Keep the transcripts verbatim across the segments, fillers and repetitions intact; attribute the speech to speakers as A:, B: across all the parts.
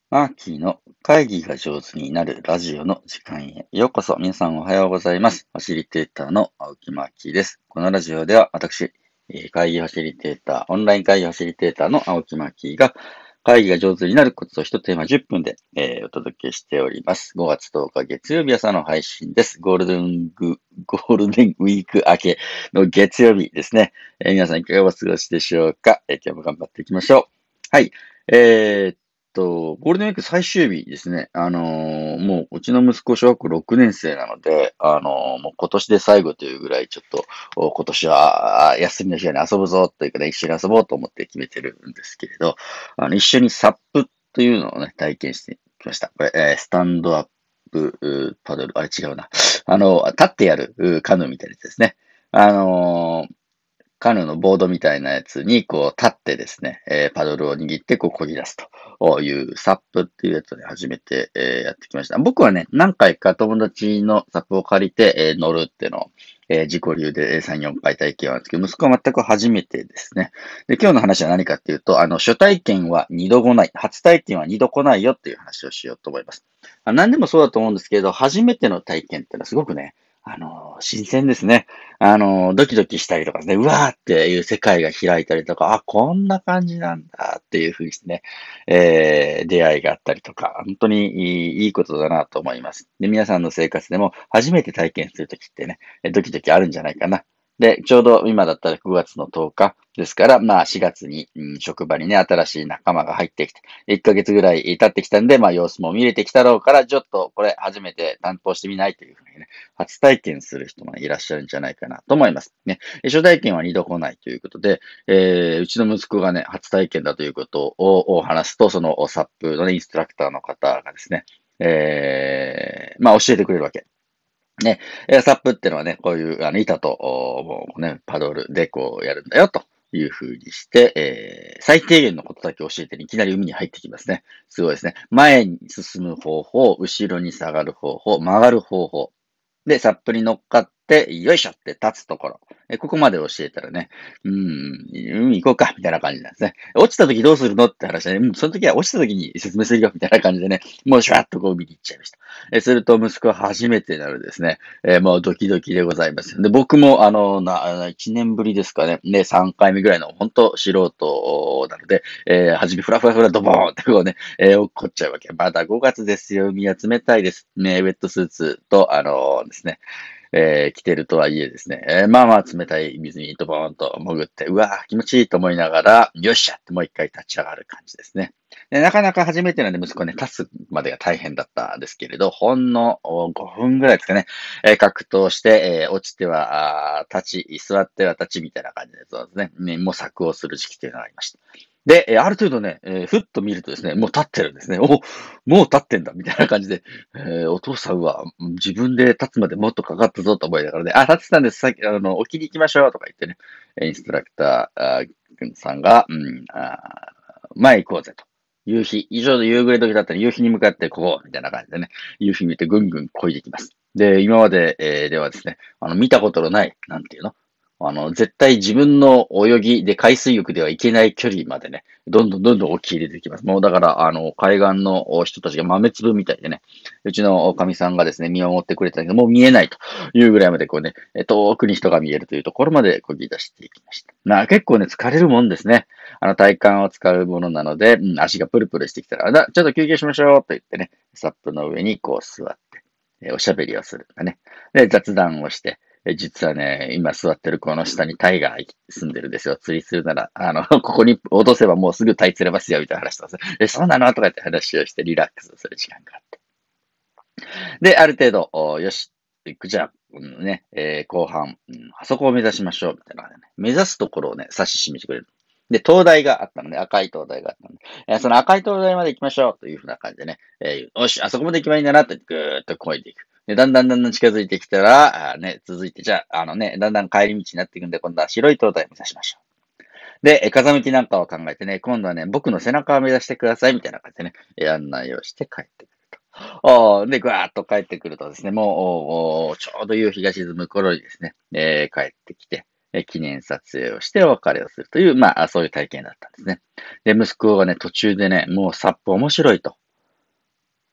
A: マーキーの会議が上手になるラジオの時間へようこそ。皆さんおはようございます。ファシリテーターの青木マーキーです。このラジオでは私、えー会議ファシリテーター、オンライン会議ファシリテーターの青木マーキーが会議が上手になるコツを一テーマじゅっぷんで、えーお届けしております。ごがつとおか月曜日朝の配信です。ゴールデング、ゴールデンウィーク明けの月曜日ですね。えー皆さんいかがお過ごしでしょうか、えー今日も頑張っていきましょう。はい。えーと、ゴールデンウィーク最終日ですね。あのーもう、うちの息子小学校ろくねん生なので、あのーもう今年で最後というぐらい、ちょっと、お今年は、あ休みの日に遊ぶぞというかね、一緒に遊ぼうと思って決めてるんですけれど、あの、一緒にサップというのをね、体験してきました。これ、えースタンドアップうーパドル、あれ違うな。あの、立ってやるうーカヌーみたいなやつですね。あのーカヌーのボードみたいなやつに、こう、立ってですね、えーパドルを握って、こう、漕ぎ出すという、サップっていうやつをね、初めて、えーやってきました。僕はね、何回か友達のサップを借りて、えー乗るっていうのを、えー自己流でえーさん、よんかい体験はあるんですけど、息子は全く初めてですね。で、今日の話は何かっていうと、あの、初体験は二度来ない、初体験は二度来ないよっていう話をしようと思います。あ何でもそうだと思うんですけど、初めての体験ってのはすごくね、あの、新鮮ですね。あの、ドキドキしたりとかですね、うわーっていう世界が開いたりとか、あ、こんな感じなんだっていうふうにしてね、えー、出会いがあったりとか、本当にいい、いいことだなと思います。で、皆さんの生活でも初めて体験するときってね、ドキドキあるんじゃないかな。で、ちょうど今だったらくがつのとおかですから、まあしがつに、うん、職場にね、新しい仲間が入ってきて、いっかげつぐらい経ってきたんで、まあ様子も見れてきたろうから、ちょっとこれ初めて担当してみないというふうにね、初体験する人がいらっしゃるんじゃないかなと思います。ね。初体験は二度来ないということで、えー、うちの息子がね、初体験だということを話すと、そのサップのね、インストラクターの方がですね、えー、まあ教えてくれるわけ。ね、えーサップってのはね、こういう、あの、板と、おもうね、パドルでこうやるんだよ、という風にして、えー、最低限のことだけ教えていきなり海に入ってきますね。すごいですね。前に進む方法、後ろに下がる方法、曲がる方法。で、サップに乗っかって、よいしょって立つところ。え、ここまで教えたらね、うーん、海行こうか、みたいな感じなんですね。落ちた時どうするのって話でね、うん、その時は落ちた時に説明するよ、みたいな感じでね、もうシュワッとこう海に行っちゃいました。え、すると息子は初めてなるですね、えーもうドキドキでございます。で、僕もあの、な、いちねんぶりですかね、ね、さんかいめぐらいの本当素人なので、えー、はじめフラフラフラドボーンってこうね、えー、落っこっちゃうわけ。まだごがつですよ。海は冷たいです。ね、ウェットスーツと、あのーですね、えー、着てるとはいえですね、えーまあまあ冷たい水にドボーンと潜って、うわー気持ちいいと思いながら、よっしゃってもう一回立ち上がる感じですね。でなかなか初めてなんで息子ね、立つまでが大変だったんですけれど、ほんのおごふんぐらいですかね、えー格闘して、えー落ちてはあー立ち、座っては立ちみたいな感じで、そうですね、ね模索をする時期というのがありました。で、えーある程度ね、えーふっと見るとですね、もう立ってるんですね。お、もう立ってんだみたいな感じで、えーお父さんは自分で立つまでもっとかかったぞと思いながらね、あ、立ってたんです。さっき、あの、起きに行きましょうとか言ってね、インストラクターあーさんが、うん、あ前行こうぜと。夕日、以上の夕暮れ時だったら夕日に向かってこう、みたいな感じでね、夕日見てぐんぐん漕いできます。で、今まで、えーではですね、あの、見たことのない、なんていうのあの、絶対自分の泳ぎで海水浴ではいけない距離までね、どんどんどんどん沖入れてきます。もうだから、あの、海岸の人たちが豆粒みたいでね、うちのかみさんがですね、見守ってくれたんだけど、もう見えないというぐらいまでこうね、遠くに人が見えるというところまで漕ぎ出していきました。な結構ね、疲れるもんですね。あの、体幹を使うものなので、うん、足がプルプルしてきたら、だちょっと休憩しましょうと言ってね、サップの上にこう座って、えおしゃべりをするんだね。で、雑談をして、え実はね、今座ってるこの下にタイが住んでるんですよ。釣りするなら、あの、ここに落とせばもうすぐタイ釣れますよ、みたいな話とかさ、え、そうなのとか言って話をしてリラックスする時間があって。で、ある程度、およし、じゃあ、うんね、えー後半、うん、あそこを目指しましょう、みたいな感じでね。目指すところをね、指し示してくれる。で、灯台があったので、赤い灯台があったので、えーその赤い灯台まで行きましょう、というふうな感じでね、えーよし、あそこまで行けばいいんだなって、ぐーっと越えていく。で、だんだんだんだん近づいてきたら、あね、続いて、じゃあ、あのね、だんだん帰り道になっていくんで、今度は白い灯台を目指しましょう。で、え風向きなんかを考えてね、今度はね、僕の背中を目指してください、みたいな感じでね、え案内をして帰ってくる。おーで、ぐわーっと帰ってくるとですね、もう、おーおーちょうど夕日が沈む頃にですね、えー帰ってきて、えー記念撮影をしてお別れをするという、まあ、そういう体験だったんですね。で、息子がね、途中でね、もうサップ面白いと。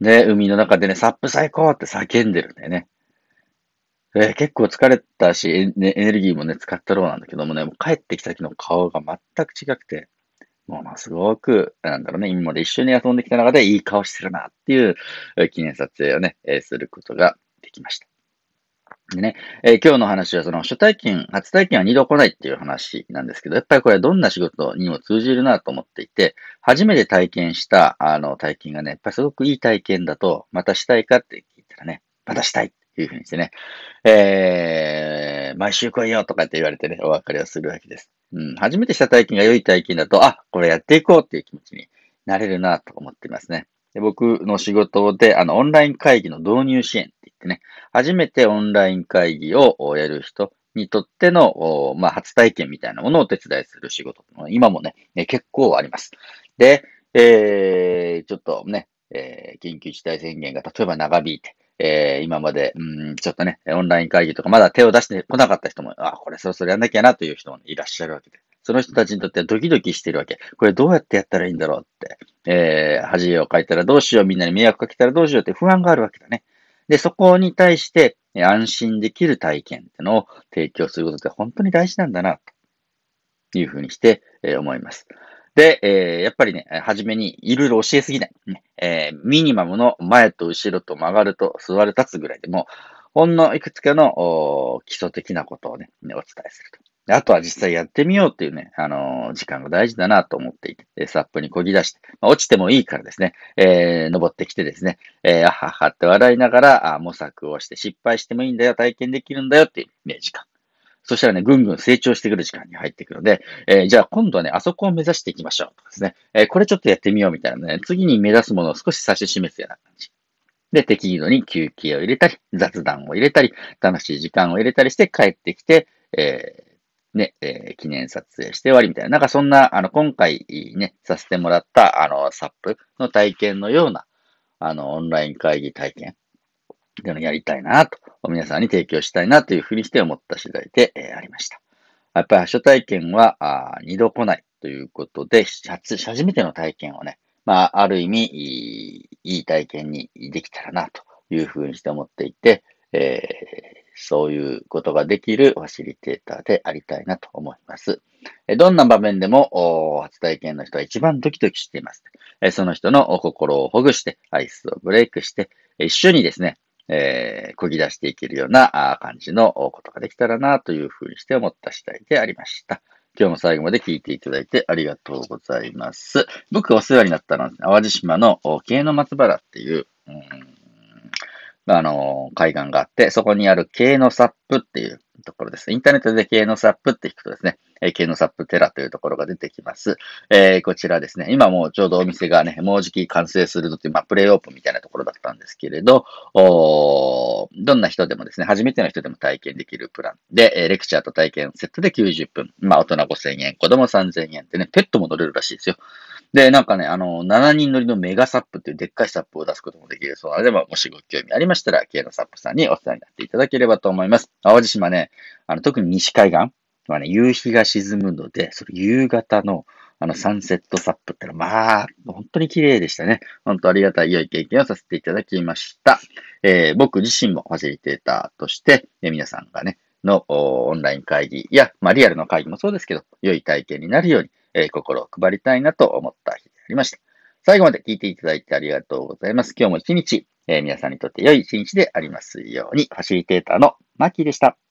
A: で、海の中でね、サップ最高って叫んでるんだよね。えー結構疲れたし、エネエネルギーもね、使ったろうなんだけどもね、もう帰ってきた時の顔が全く違くて、ものすごく、なんだろうね、今まで一緒に遊んできた中でいい顔してるなっていうえー記念撮影をね、えーすることができました。でね、えー今日の話はその初体験、初体験は二度来ないっていう話なんですけど、やっぱりこれはどんな仕事にも通じるなと思っていて、初めて体験したあの体験がね、やっぱりすごくいい体験だと、またしたいかって聞いたらね、またしたいっていうふうにしてね、えー、毎週来いよとかって言われてね、お別れをするわけです。うん、初めてした体験が良い体験だと、あ、これやっていこうっていう気持ちになれるなと思っていますね。で僕の仕事で、あの、オンライン会議の導入支援って言ってね、初めてオンライン会議をやる人にとっての、まあ、初体験みたいなものをお手伝いする仕事の今もね、結構あります。で、えー、ちょっとね、えー、緊急事態宣言が例えば長引いて、えー、今まで、うん、ちょっとね、オンライン会議とかまだ手を出してこなかった人も、あ、これそろそろやんなきゃなという人も、ね、いらっしゃるわけで。その人たちにとってはドキドキしてるわけ。これどうやってやったらいいんだろうって。えー、恥をかいたらどうしよう、みんなに迷惑かけたらどうしようって不安があるわけだね。で、そこに対して、安心できる体験ってのを提供することって本当に大事なんだな、というふうにして、えー思います。で、えーやっぱりね、初めにいろいろ教えすぎない。ねえーミニマムの前と後ろと曲がると座る立つぐらいでも、ほんのいくつかのお基礎的なことをね、お伝えすると。であとは実際やってみようっていうね、あのー時間が大事だなと思っていて、でサップに漕ぎ出して、まあ、落ちてもいいからですね、えー登ってきてですね、えーあははって笑いながらあ模索をして失敗してもいいんだよ、体験できるんだよっていう、ね、時間。そしたらね、ぐんぐん成長してくる時間に入ってくるので、えーじゃあ今度はね、あそこを目指していきましょうとかですね、えーこれちょっとやってみようみたいなね、次に目指すものを少し指し示すような感じ。で、適度に休憩を入れたり、雑談を入れたり、楽しい時間を入れたりして帰ってきて、えーね、えー記念撮影して終わりみたいな。なんかそんな、あの、今回ね、させてもらった、あの、サップの体験のような、あの、オンライン会議体験っていうのをやりたいなと、皆さんに提供したいなというふうにして思った次第で、えーありました。やっぱり初体験はあ二度来ないということで、初、初めての体験をね、まあ、ある意味、いいいい体験にできたらなというふうにして思っていて、えーそういうことができるファシリテーターでありたいなと思います。えどんな場面でも、お初体験の人は一番ドキドキしています。えその人のお心をほぐして、アイスをブレイクして、一緒にですね、えー、漕ぎ出していけるようなあ感じのことができたらなというふうにして思った次第でありました。今日も最後まで聞いていただいてありがとうございます。僕お世話になったのは、淡路島の京の松原っていう、うんあの、海岸があって、そこにあるケイノサップっていうところです。インターネットでケイノサップって聞くとですね、えーケイノサップテラというところが出てきます。えーこちらですね、今もうちょうどお店がね、もうじき完成するぞという、まあ、プレイオープンみたいなところだったんですけれど、おどんな人でもですね、初めての人でも体験できるプランで、えーレクチャーと体験セットできゅうじゅっぷん、まあ、大人ごせんえん、子供さんぜんえんってね、ペットも乗れるらしいですよ。で、なんかね、あの、しちにん乗りのメガサップっていうでっかいサップを出すこともできるそうなので、まあ、もしご興味ありましたら、K のサップさんにお世話になっていただければと思います。淡路島ね、あの、特に西海岸はね、夕日が沈むので、その夕方のあの、サンセットサップってのは、まあ、本当に綺麗でしたね。本当ありがたい良い経験をさせていただきました。えー僕自身もファシリテーターとして、えー皆さんがね、のオンライン会議や、まあ、リアルの会議もそうですけど、良い体験になるように、えー心を配りたいなと思った日でありました。最後まで聞いていただいてありがとうございます。今日も一日、えー皆さんにとって良い一日でありますように、ファシリテーターのマッキーでした。